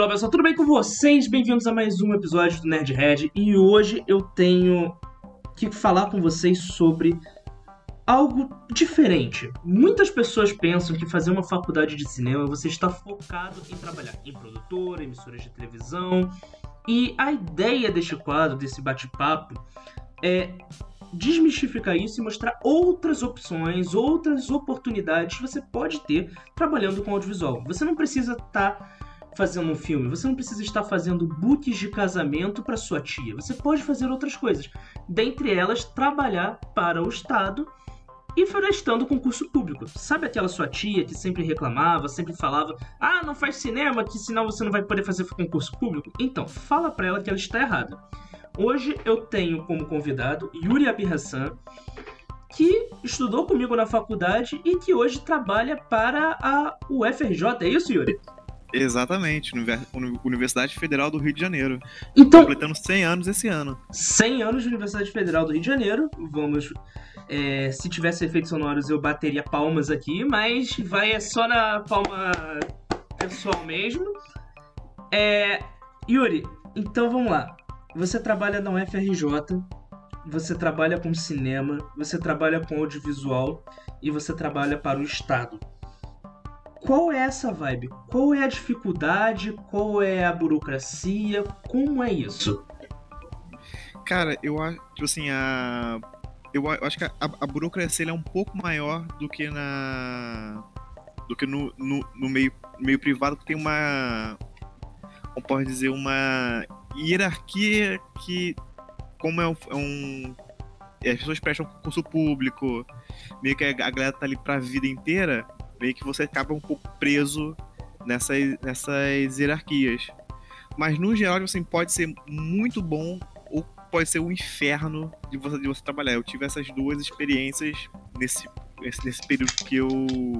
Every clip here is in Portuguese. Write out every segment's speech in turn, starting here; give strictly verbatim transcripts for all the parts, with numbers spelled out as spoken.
Fala pessoal, tudo bem com vocês? Bem-vindos a mais um episódio do Nerdhead. E hoje eu tenho que falar com vocês sobre algo diferente. Muitas pessoas pensam que fazer uma faculdade de cinema você está focado em trabalhar em produtora, emissoras de televisão. E a ideia deste quadro, desse bate-papo, é desmistificar isso e mostrar outras opções, outras oportunidades que você pode ter trabalhando com audiovisual. Você não precisa estar fazendo um filme, você não precisa estar fazendo books de casamento para sua tia. Você pode fazer outras coisas. Dentre elas, trabalhar para o Estado e prestando concurso público. Sabe aquela sua tia que sempre reclamava, sempre falava: ah, não faz cinema, que senão você não vai poder fazer concurso público? Então, fala para ela que ela está errada. Hoje eu tenho como convidado Yuri Abirhassan, que estudou comigo na faculdade e que hoje trabalha para a U F R J. É isso, Yuri? Exatamente, Universidade Federal do Rio de Janeiro. Então, completando cem anos esse ano. cem anos de Universidade Federal do Rio de Janeiro. Vamos... É, se tivesse efeitos sonoros eu bateria palmas aqui, mas vai é só na palma pessoal mesmo. É, Yuri, então vamos lá. Você trabalha na U F R J, você trabalha com cinema, você trabalha com audiovisual e você trabalha para o Estado. Qual é essa vibe? Qual é a dificuldade? Qual é a burocracia? Como é isso? Cara, eu acho, tipo assim, a... eu acho que a, a burocracia é um pouco maior do que na... do que no, no, no meio, meio privado, que tem uma... como pode dizer, uma hierarquia que, como é um, é um... as pessoas prestam concurso público, meio que a, a galera tá ali pra vida inteira, meio que você acaba um pouco preso nessas, nessas hierarquias. Mas no geral, assim, pode ser muito bom ou pode ser um inferno de você, de você trabalhar. Eu tive essas duas experiências nesse, nesse período que eu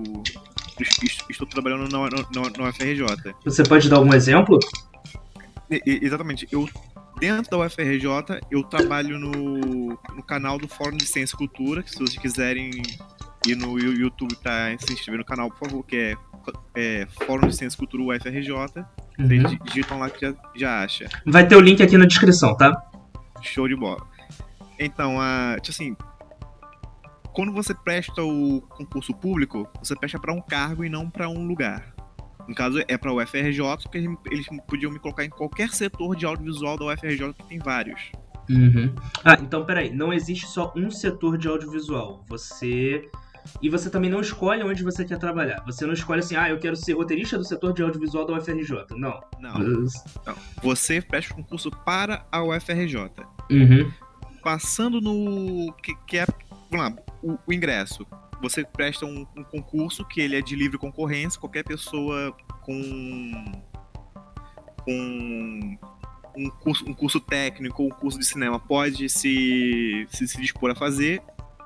estou trabalhando na, na, na U F R J. Você pode dar algum exemplo? E, exatamente. Eu, dentro da U F R J, eu trabalho no, no canal do Fórum de Ciência e Cultura, que se vocês quiserem ir no YouTube, tá, se inscrever no canal, por favor, que é, é Fórum de Ciência e Cultura U F R J. Uhum. Vocês digitam lá que já, já acha. Vai ter o link aqui na descrição, tá? Show de bola. Então, a, tipo assim, quando você presta o concurso público, você presta para um cargo e não para um lugar. No caso, é para o U F R J, porque eles podiam me colocar em qualquer setor de audiovisual da U F R J, que tem vários. Uhum. Ah, então peraí, não existe só um setor de audiovisual. Você... E você também não escolhe onde você quer trabalhar. Você não escolhe assim, ah, eu quero ser roteirista do setor de audiovisual da U F R J. Não. Não. não. Você presta um concurso para a U F R J. Uhum. Passando no... que, que é, vamos lá, o, o ingresso. Você presta um, um concurso que ele é de livre concorrência. Qualquer pessoa com... com um curso, um curso técnico ou um curso de cinema pode se, se, se dispor a fazer.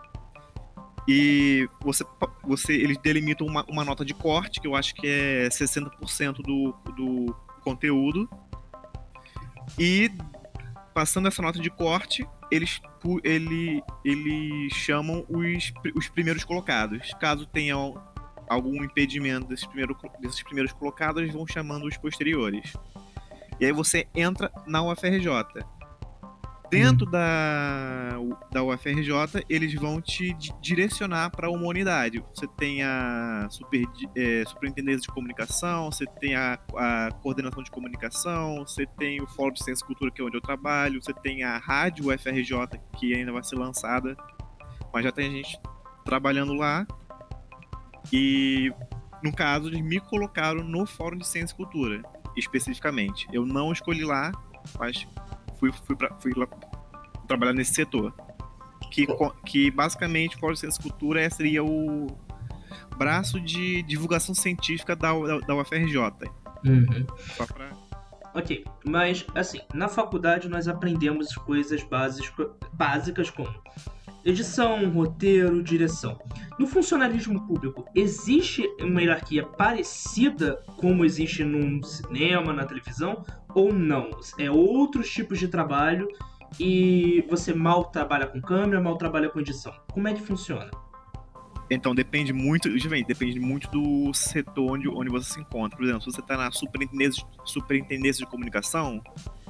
E você, você, eles delimitam uma, uma nota de corte, que eu acho que é sessenta por cento do, do conteúdo. E, passando essa nota de corte, eles, ele, eles chamam os, os primeiros colocados. Caso tenha algum impedimento desses, primeiro, desses primeiros colocados, eles vão chamando os posteriores. E aí você entra na U F R J. Dentro da, da U F R J, eles vão te direcionar para uma unidade. Você tem a super, é, superintendência de comunicação, você tem a, a coordenação de comunicação, você tem o Fórum de Ciência e Cultura, que é onde eu trabalho, você tem a rádio U F R J, que ainda vai ser lançada, mas já tem gente trabalhando lá. E, no caso, eles me colocaram no Fórum de Ciência e Cultura, especificamente. Eu não escolhi lá, mas... Fui, fui, pra, fui lá trabalhar nesse setor. Que, que basicamente, Fórum de Ciência e Cultura seria o braço de divulgação científica da, da, da U F R J. Uhum. Só pra... Ok, mas assim, na faculdade nós aprendemos coisas básicas, básicas como edição, roteiro, direção. No funcionalismo público, existe uma hierarquia parecida como existe no cinema, na televisão, ou não? É outros tipos de trabalho e você mal trabalha com câmera, mal trabalha com edição. Como é que funciona? Então depende muito, gente, depende muito do setor onde, onde você se encontra. Por exemplo, se você está na superintendência, superintendência de comunicação,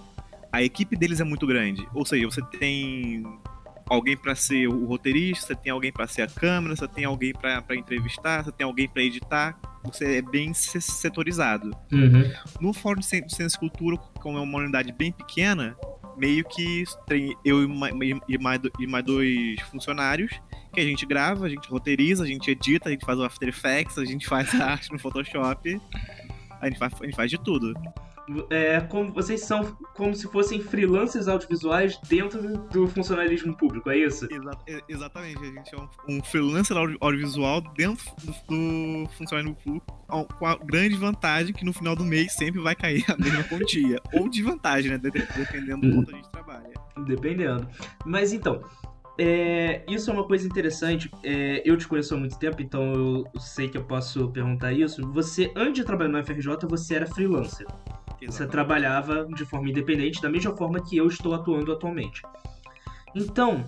a equipe deles é muito grande. Ou seja, você tem alguém para ser o roteirista, você tem alguém para ser a câmera, você tem alguém para entrevistar, você tem alguém para editar. Você é bem setorizado. Uhum. No Fórum de Ciência e Cultura, como é uma unidade bem pequena, meio que tem eu e mais, e mais dois funcionários que a gente grava, a gente roteiriza, a gente edita, a gente faz o After Effects, a gente faz a arte no Photoshop, a gente faz, a gente faz de tudo. É, como, vocês são como se fossem freelancers audiovisuais dentro do funcionalismo público, é isso? Exa- exatamente, a gente é um, um freelancer audio- audiovisual dentro do, do funcionalismo público, com a grande vantagem que no final do mês sempre vai cair a mesma quantia. Ou desvantagem, né? Dependendo do quanto a gente trabalha. Dependendo. Mas então, é, isso é uma coisa interessante. É, eu te conheço há muito tempo, então eu sei que eu posso perguntar isso. Você, antes de trabalhar no F R J, você era freelancer. Exatamente. Você trabalhava de forma independente, da mesma forma que eu estou atuando atualmente. Então,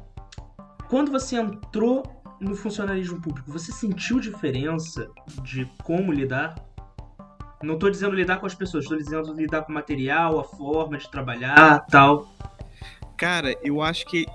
quando você entrou no funcionalismo público, você sentiu diferença de como lidar? Não estou dizendo lidar com as pessoas, estou dizendo lidar com o material, a forma de trabalhar, tal. Cara, eu acho que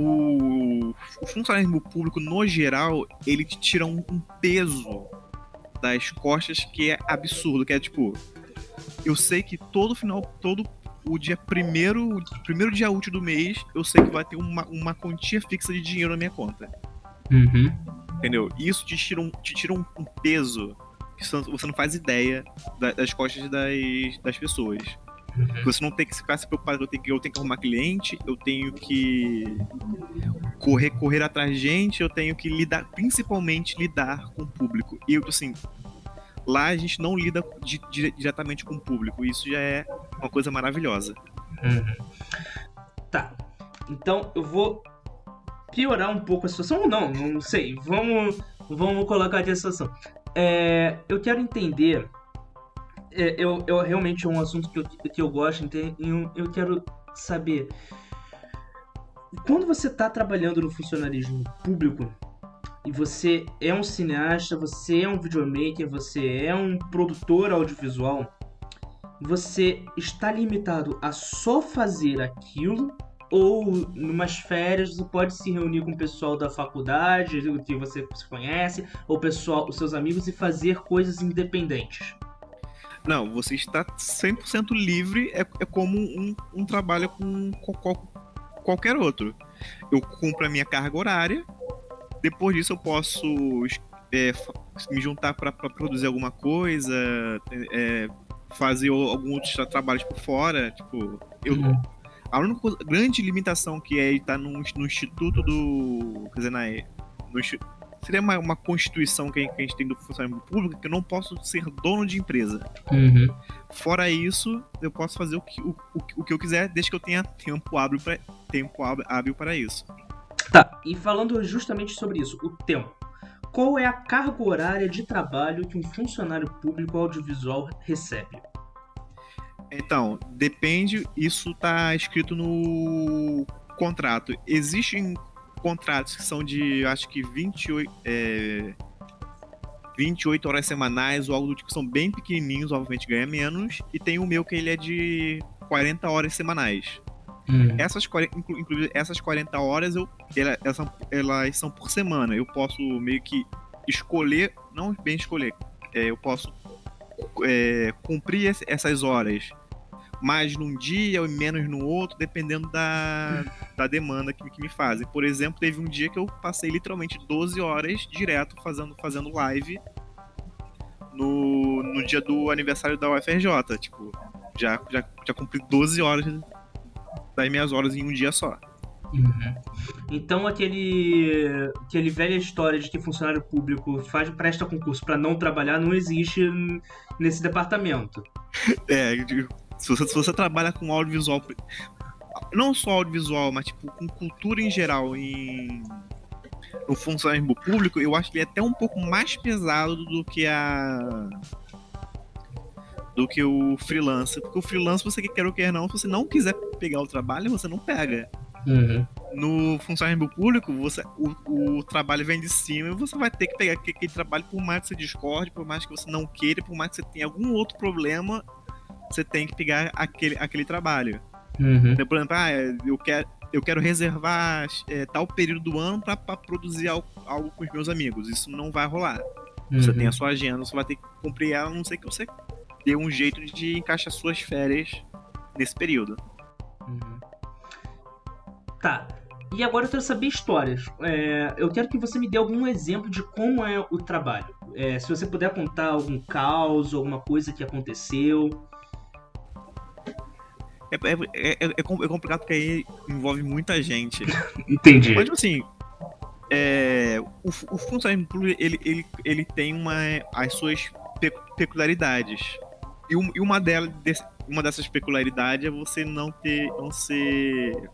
o, o funcionalismo público, no geral, ele te tira um, um peso das costas que é absurdo, que é tipo... Eu sei que todo final, todo o dia primeiro, primeiro dia útil do mês, eu sei que vai ter uma, uma quantia fixa de dinheiro na minha conta. Uhum. Entendeu? Isso te tira um, te tira um, um peso que você não faz ideia da, das costas das, das pessoas. Uhum. Você não tem que ficar se preocupado, eu tenho que, eu tenho que arrumar cliente, eu tenho que correr, correr atrás de gente, eu tenho que lidar, principalmente lidar com o público. E eu, assim... Lá a gente não lida di- di- diretamente com o público. Isso já é uma coisa maravilhosa. Uhum. Tá. Então eu vou piorar um pouco a situação. Ou não, não sei. Vamos, vamos colocar aqui a situação. É, eu quero entender. É, eu, eu realmente é um assunto que eu, que eu gosto. Então eu, eu quero saber. Quando você está trabalhando no funcionalismo público, e você é um cineasta, você é um videomaker, você é um produtor audiovisual, você está limitado a só fazer aquilo, ou numas férias você pode se reunir com o pessoal da faculdade, que você conhece, ou pessoal, os seus amigos, e fazer coisas independentes? Não, você está cem por cento livre, é, é como um, um trabalho com qual, qualquer outro. Eu cumpro a minha carga horária. Depois disso eu posso é, me juntar para produzir alguma coisa, é, fazer alguns outros trabalhos por fora. Tipo, eu, uhum. A única coisa, grande limitação que é estar no, no instituto do... Quer dizer, na, no, seria uma, uma constituição que a gente tem do funcionamento público, que eu não posso ser dono de empresa. Uhum. Fora isso, eu posso fazer o que, o, o, o que eu quiser, desde que eu tenha tempo hábil para tempo hábil para isso. Tá, e falando justamente sobre isso, o tempo. Qual é a carga horária de trabalho que um funcionário público audiovisual recebe? Então, depende, isso está escrito no contrato. Existem contratos que são de, acho que vinte e oito, é, vinte e oito horas semanais ou algo do tipo, são bem pequenininhos, obviamente ganha menos, e tem o meu que ele é de quarenta horas semanais. Hum. Essas, inclusive, essas quarenta horas, eu, elas, são, elas são por semana. Eu posso meio que escolher, não bem escolher, é, eu posso é, cumprir esse, essas horas mais num dia ou menos no outro, dependendo da, da demanda que, que me fazem. Por exemplo, teve um dia que eu passei literalmente doze horas direto fazendo, fazendo live no, no dia do aniversário da U F R J. Tipo, já, já, já cumpri doze horas das minhas horas em um dia só. Uhum. Então aquele, aquele velha história de que funcionário público faz, presta concurso para não trabalhar não existe nesse departamento. É, se você, se você trabalha com audiovisual, não só audiovisual, mas tipo, com cultura em geral, em, no funcionalismo público, eu acho que ele é até um pouco mais pesado do que a... do que o freelancer, porque o freelancer, você quer ou quer não, se você não quiser pegar o trabalho, você não pega. Uhum. No funcionário público, você, o, o trabalho vem de cima e você vai ter que pegar aquele trabalho, por mais que você discorde, por mais que você não queira, por mais que você tenha algum outro problema, você tem que pegar aquele, aquele trabalho. Uhum. Então, por exemplo, ah, eu quero, eu quero reservar é, tal período do ano para produzir algo, algo com os meus amigos. Isso não vai rolar. Uhum. Você tem a sua agenda, você vai ter que cumprir ela, a não sei que você dê um jeito de encaixar suas férias nesse período. Uhum. Tá. E agora eu quero saber histórias. É, eu quero que você me dê algum exemplo de como é o trabalho. É, se você puder contar algum caos, alguma coisa que aconteceu. É, é, é, é complicado porque aí envolve muita gente. Entendi. Mas, tipo assim, é, o, o funcionário público, ele, ele, ele tem uma, as suas peculiaridades. E, um, e uma, delas, uma dessas peculiaridades é você não ter, não ser...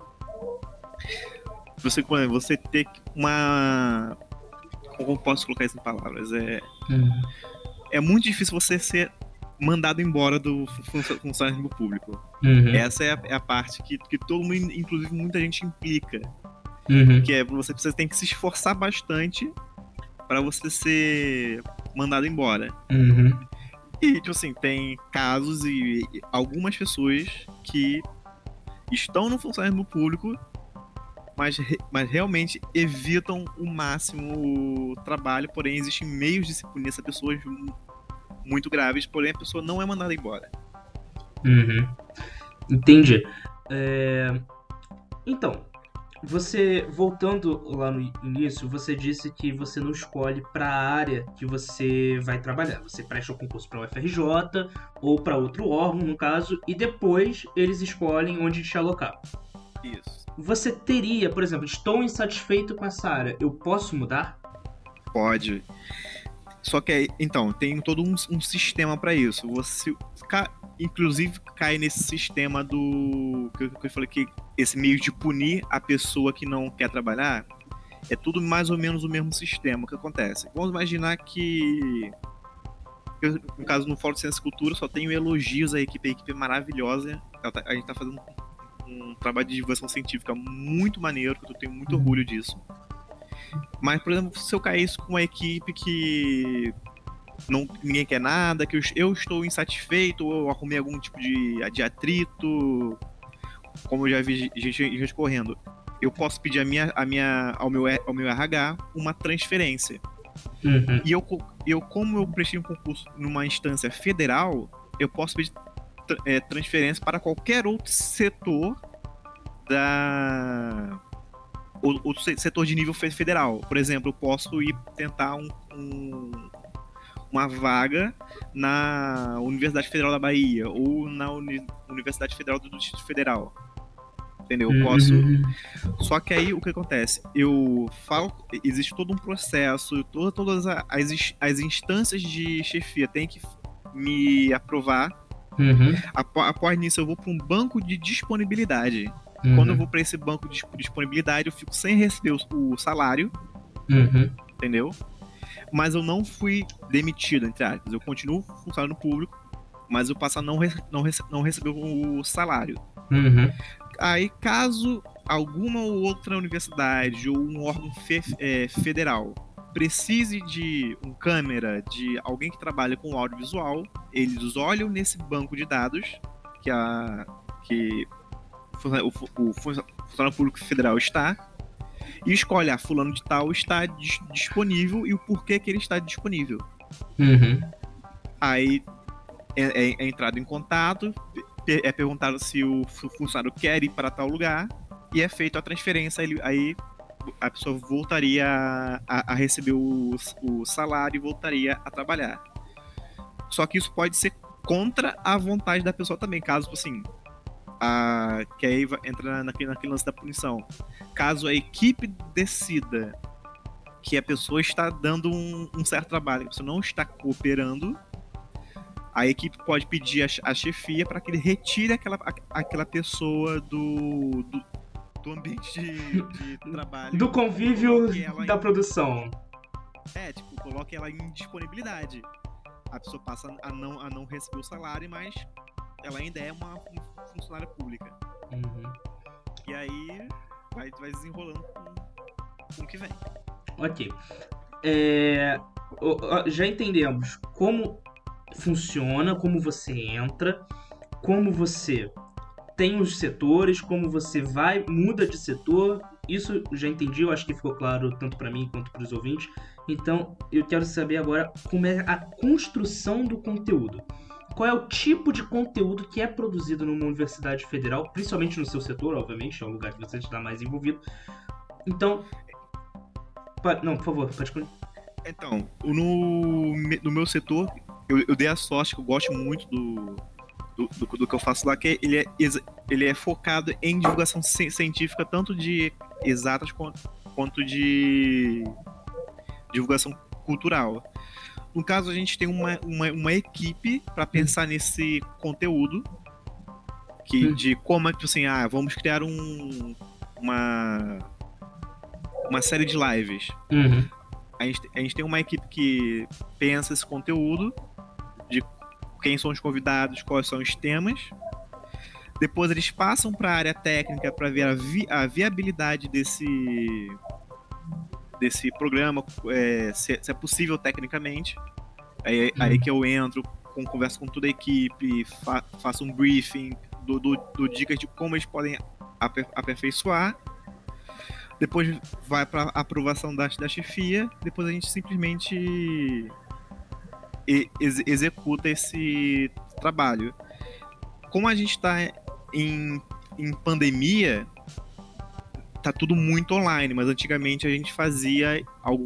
Você, você ter uma... Como eu posso colocar isso em palavras? É, uhum. é muito difícil você ser mandado embora do funcionário público. Uhum. Essa é a, é a parte que, que todo mundo, inclusive muita gente, implica. Uhum. Que é você precisa, tem que se esforçar bastante para você ser mandado embora. Uhum. E, tipo assim, tem casos e, e algumas pessoas que estão no funcionário público, mas, mas realmente evitam o máximo o trabalho, porém existem meios de se punir essa pessoa muito graves, porém a pessoa não é mandada embora. Uhum. Entendi. É... Então, você, voltando lá no início, você disse que você não escolhe para a área que você vai trabalhar. Você presta o concurso para o U F R J ou para outro órgão, no caso, e depois eles escolhem onde te alocar. Isso. Você teria, por exemplo, estou insatisfeito com essa área, eu posso mudar? Pode. Só que, então, tem todo um, um sistema para isso. Você, inclusive, cai nesse sistema do... Que eu, que eu falei que esse meio de punir a pessoa que não quer trabalhar, é tudo mais ou menos o mesmo sistema. O que acontece? Vamos imaginar que... Eu, no caso, no Fórum de Ciência e Cultura, só tenho elogios à equipe. A equipe é maravilhosa. A gente tá fazendo um trabalho de divulgação científica muito maneiro, que eu tenho muito orgulho disso. Mas, por exemplo, se eu caísse com uma equipe que não, ninguém quer nada, que eu, eu estou insatisfeito, ou eu arrumei algum tipo de, de atrito, como eu já vi gente, gente correndo, eu posso pedir a minha, a minha, ao, meu, ao meu R H uma transferência. Uhum. E eu, eu, como eu prestei um concurso numa instância federal, eu posso pedir é, transferência para qualquer outro setor da... outro setor de nível federal. Por exemplo, eu posso ir tentar um, um, uma vaga na Universidade Federal da Bahia ou na Uni, Universidade Federal do Distrito Federal. Entendeu? Eu posso... Uhum. Só que aí, o que acontece? Eu falo... Existe todo um processo, toda, todas as, as instâncias de chefia têm que me aprovar. Uhum. Após nisso, eu vou para um banco de disponibilidade. Uhum. Quando eu vou para esse banco de disponibilidade, eu fico sem receber o salário. Uhum. Entendeu? Mas eu não fui demitido, entre aspas. Eu continuo funcionando público, mas eu passo a não, rece- não, rece- não receber o salário. Uhum. Aí, caso alguma ou outra universidade ou um órgão fe- é, federal precise de um câmera, de alguém que trabalha com audiovisual, eles olham nesse banco de dados que a... Que o, o funcionário público federal está e escolhe, ah, fulano de tal está dis- disponível e o porquê que ele está disponível. Uhum. Aí é, é, é entrado em contato, é perguntado se o funcionário quer ir para tal lugar e é feita a transferência. Ele, aí a pessoa voltaria a, a receber o, o salário e voltaria a trabalhar. Só que isso pode ser contra a vontade da pessoa também, caso assim... A, que aí entra naquele, naquele lance da punição. Caso a equipe decida que a pessoa está dando um, um certo trabalho, que a pessoa não está cooperando, a equipe pode pedir a, a chefia para que ele retire aquela, a, aquela pessoa do, do, do ambiente de, de trabalho. Do convívio da em, produção. É, tipo, coloque ela em disponibilidade. A pessoa passa a não, a não receber o salário, mas ela ainda é uma funcionária pública. Uhum. E aí vai, vai desenrolando com, com o que vem. Ok. É, já entendemos como funciona, como você entra, como você tem os setores, como você vai, muda de setor. Isso já entendi, eu acho que ficou claro tanto para mim quanto para os ouvintes. Então, eu quero saber agora como é a construção do conteúdo. Qual é o tipo de conteúdo que é produzido numa universidade federal, principalmente no seu setor, obviamente, é o lugar que você está mais envolvido. Então, pa... não, por favor, pode continuar. Então, no, no meu setor, eu, eu dei a sorte que eu gosto muito do, do, do, do que eu faço lá, que ele é, ele é focado em divulgação científica, tanto de exatas quanto, quanto de divulgação cultural. No caso, a gente tem uma, uma, uma equipe para pensar nesse conteúdo, que, de como é que, assim, ah, vamos criar um, uma, uma série de lives. Uhum. A gente, a gente tem uma equipe que pensa esse conteúdo, de quem são os convidados, quais são os temas. Depois eles passam para a área técnica para ver a, vi, a viabilidade desse, desse programa, é, se, se é possível tecnicamente. Aí, uhum. aí que eu entro, com, converso com toda a equipe, fa, faço um briefing, dou, dou, dou dicas de como eles podem aper, aperfeiçoar. Depois vai para a aprovação da, da chefia, depois a gente simplesmente ex, executa esse trabalho. Como a gente está em, em pandemia, tá tudo muito online, mas antigamente a gente fazia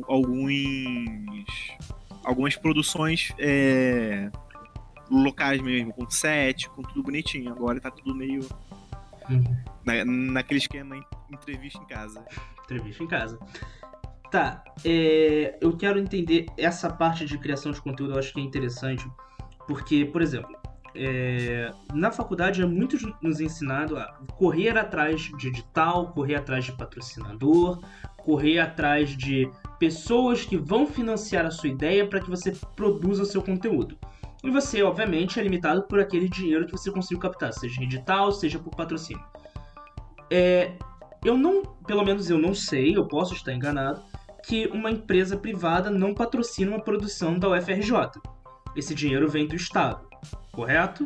alguns, algumas produções é, locais mesmo, com set, com tudo bonitinho. Agora tá tudo meio uhum. na, naquele esquema entrevista em casa. Entrevista em casa. Tá, é, eu quero entender essa parte de criação de conteúdo, eu acho que é interessante, porque, por exemplo, é, na faculdade é muito nos ensinado a correr atrás de edital, correr atrás de patrocinador, correr atrás de pessoas que vão financiar a sua ideia para que você produza o seu conteúdo. E você, obviamente, é limitado por aquele dinheiro que você conseguiu captar, seja em edital, seja por patrocínio. É, eu não, pelo menos eu não sei, eu posso estar enganado, que uma empresa privada não patrocina uma produção da U F R J. Esse dinheiro vem do Estado, correto?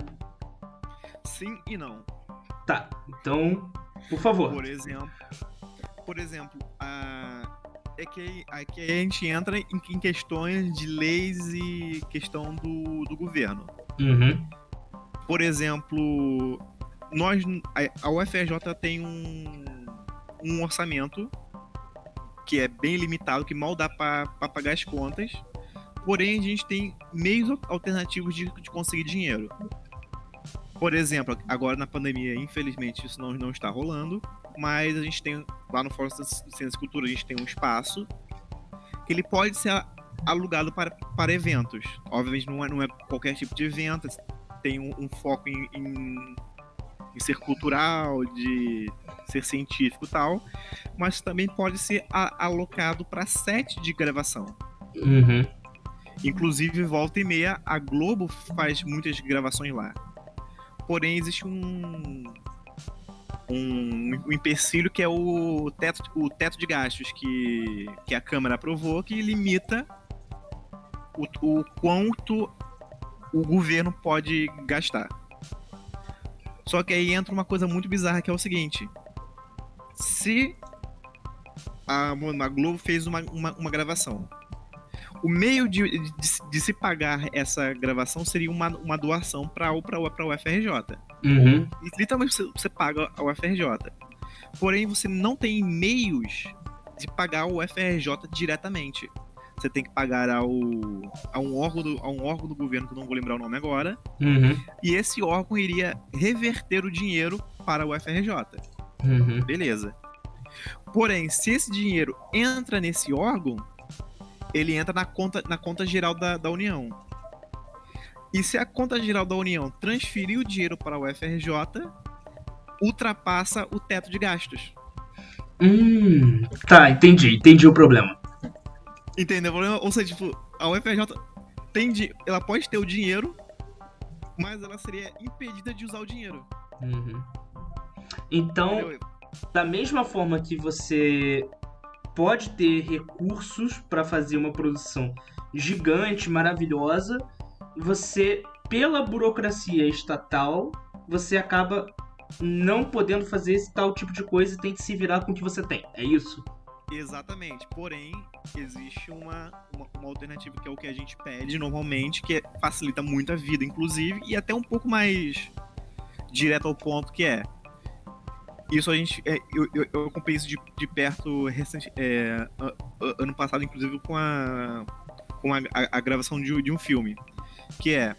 Sim e não. Tá, então, por favor. Por exemplo, por exemplo a... é que aqui a gente entra em, em questões de leis e questão do, do governo. Uhum. Por exemplo, nós, a U F R J tem um, um orçamento que é bem limitado, que mal dá para pagar as contas, porém a gente tem meios alternativos de, de conseguir dinheiro. Por exemplo, agora na pandemia, infelizmente isso não, não está rolando, mas a gente tem, lá no Fórum de Ciência e Cultura, a gente tem um espaço que ele pode ser alugado para, para eventos. Obviamente não é, não é qualquer tipo de evento, tem um, um foco em, em, em ser cultural, de ser científico e tal, mas também pode ser a, alocado para set de gravação. Uhum. Inclusive, volta e meia, a Globo faz muitas gravações lá. Porém, existe um, um, um empecilho que é o teto, o teto de gastos que, que a Câmara aprovou, que limita o, o quanto o governo pode gastar. Só que aí entra uma coisa muito bizarra, que é o seguinte: se a, a Globo fez uma, uma, uma gravação, o meio de, de, de se pagar essa gravação seria uma, uma doação para a U F R J. Uhum. E literalmente você, você paga a U F R J. Porém, você não tem meios de pagar a U F R J diretamente. Você tem que pagar ao, a, um órgão do, a um órgão do governo, que eu não vou lembrar o nome agora. Uhum. E esse órgão iria reverter o dinheiro para a U F R J. Uhum. Beleza. Porém, se esse dinheiro entra nesse órgão, ele entra na conta, na conta geral da, da União. E se a conta geral da União transferir o dinheiro para a U F R J, ultrapassa o teto de gastos. Hum, tá, entendi. Entendi o problema. Entendeu o problema? Ou seja, tipo, a U F R J tem, ela pode ter o dinheiro, mas ela seria impedida de usar o dinheiro. Uhum. Então, da mesma forma que você pode ter recursos para fazer uma produção gigante, maravilhosa, você, pela burocracia estatal, você acaba não podendo fazer esse tal tipo de coisa e tem que se virar com o que você tem. É isso? Exatamente. Porém, existe uma, uma, uma alternativa que é o que a gente pede normalmente, que é, facilita muito a vida, inclusive, e até um pouco mais direto ao ponto, que é... Isso a gente... É, eu, eu, eu acompanhei isso de, de perto recente, é, ano passado, inclusive, com a, com a, a, a gravação de, de um filme. Que é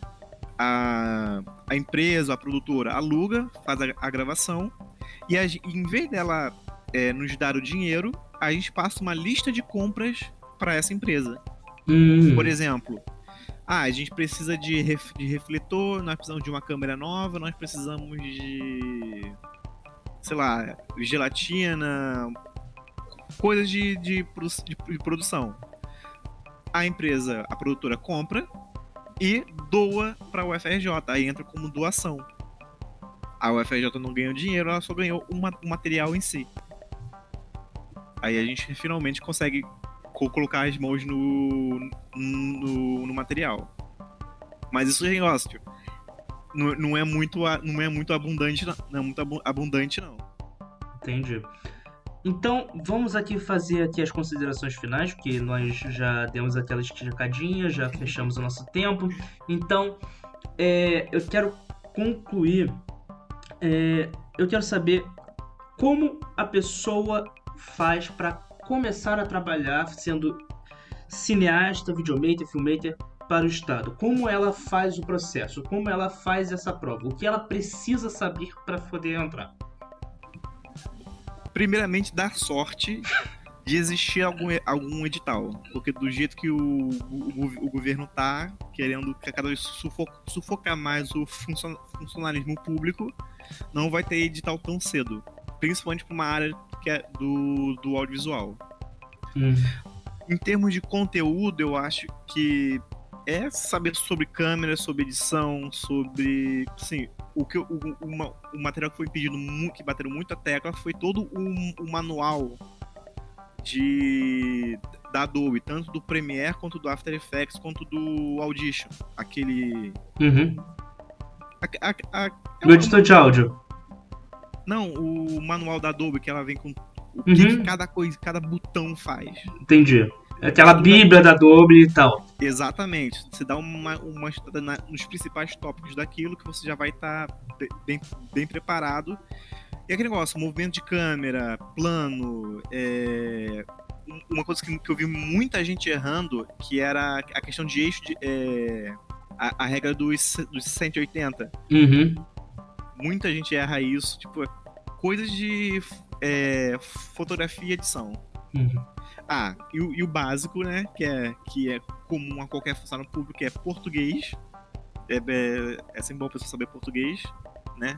a, a empresa, a produtora, aluga, faz a, a gravação, e a, em vez dela é, nos dar o dinheiro, a gente passa uma lista de compras para essa empresa. Hum. Por exemplo, ah, a gente precisa de, ref, de refletor, nós precisamos de uma câmera nova, nós precisamos de... sei lá, gelatina, coisas de, de, de, de produção. A empresa, a produtora compra e doa para a U F R J, aí entra como doação. A U F R J não ganhou dinheiro, ela só ganhou uma, o material em si. Aí a gente finalmente consegue colocar as mãos no, no, no material. Mas isso é negócio, tipo, não, não, é muito, não é muito abundante, não. Não é muito abundante, não. Entendi. Então, vamos aqui fazer aqui as considerações finais, porque nós já demos aquela esticadinha, já fechamos o nosso tempo. Então, é, eu quero concluir, é, eu quero saber como a pessoa faz para começar a trabalhar sendo cineasta, videomaker, filmmaker para o Estado. Como ela faz o processo, como ela faz essa prova, o que ela precisa saber para poder entrar. Primeiramente, dar sorte de existir algum, algum edital. Porque do jeito que o, o, o governo tá querendo cada vez sufocar, sufocar mais o funcion, funcionalismo público, não vai ter edital tão cedo. Principalmente para uma área que é do, do audiovisual. Hum. Em termos de conteúdo, eu acho que é saber sobre câmera, sobre edição, sobre... Sim, o, que, o, o, o material que foi pedido, que bateram muita tecla, foi todo o, o manual de, da Adobe, tanto do Premiere, quanto do After Effects, quanto do Audition. Aquele... Uhum. A, a, a, é do editor de áudio. Não, o manual da Adobe, que ela vem com o que, Uhum. que cada coisa, cada botão faz. Entendi. Aquela bíblia da Adobe e tal. Exatamente. Você dá uma, uma estudada na, nos principais tópicos daquilo, que você já vai estar tá bem, bem preparado. E aquele negócio, movimento de câmera, plano, é... uma coisa que, que eu vi muita gente errando, que era a questão de eixo, de, é... a, a regra dos, dos cento e oitenta. Uhum. Muita gente erra isso, tipo, coisas de é, fotografia e edição. Uhum. Ah, e o, e o básico, né, que é, que é comum a qualquer funcionário público, que é português. É, é, é sempre bom a pessoa saber português, né?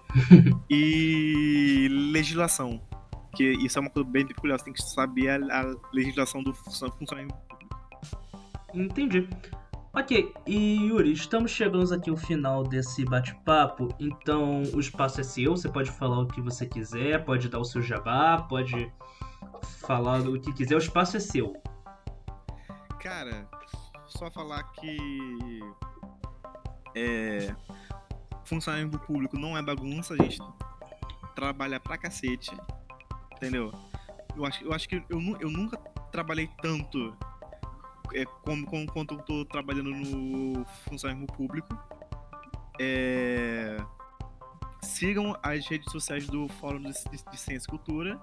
E legislação, que isso é uma coisa bem peculiar, você tem que saber a, a legislação do funcionário público. Entendi. Ok, e Yuri, estamos chegando aqui ao final desse bate-papo, então o espaço é seu, você pode falar o que você quiser, pode dar o seu jabá, pode falar o que quiser, o espaço é seu. Cara, só falar que é, funcionário público não é bagunça, a gente trabalha pra cacete, entendeu? Eu acho, eu acho que eu, eu nunca trabalhei tanto é, como, como quanto eu tô trabalhando no funcionário público. É, sigam as redes sociais do Fórum de, de, de Ciência e Cultura.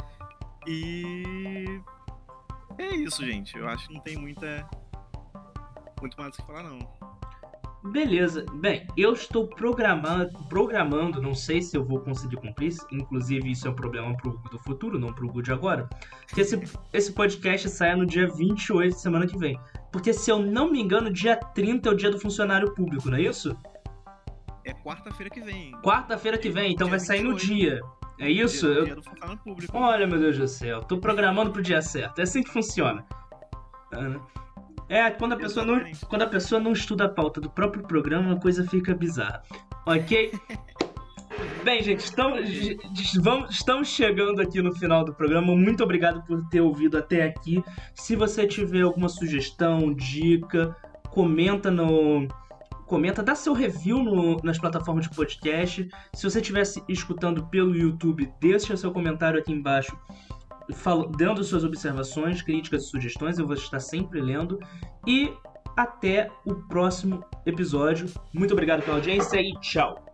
E é isso, gente. Eu acho que não tem muita muito mais o que falar, não. Beleza. Bem, eu estou programando, programando, não sei se eu vou conseguir cumprir, inclusive isso é um problema pro Google do futuro, não pro Google de agora, que esse, esse podcast saia no dia vinte e oito, semana que vem. Porque se eu não me engano, dia trinta é o dia do funcionário público, não é isso? É quarta-feira que vem. Quarta-feira que vem, então vai sair no dia. É isso? Dia, eu... dia do funcionário público. Olha, meu Deus do céu, tô programando pro dia certo. É assim que funciona. É, quando a pessoa não, quando a pessoa não estuda a pauta do próprio programa, a coisa fica bizarra. Ok? Bem, gente, estamos, vamos, estamos chegando aqui no final do programa. Muito obrigado por ter ouvido até aqui. Se você tiver alguma sugestão, dica, comenta no... Comenta, dá seu review no, nas plataformas de podcast. Se você estiver escutando pelo YouTube, deixa seu comentário aqui embaixo, falo, dando suas observações, críticas e sugestões. Eu vou estar sempre lendo. E até o próximo episódio. Muito obrigado pela audiência e tchau!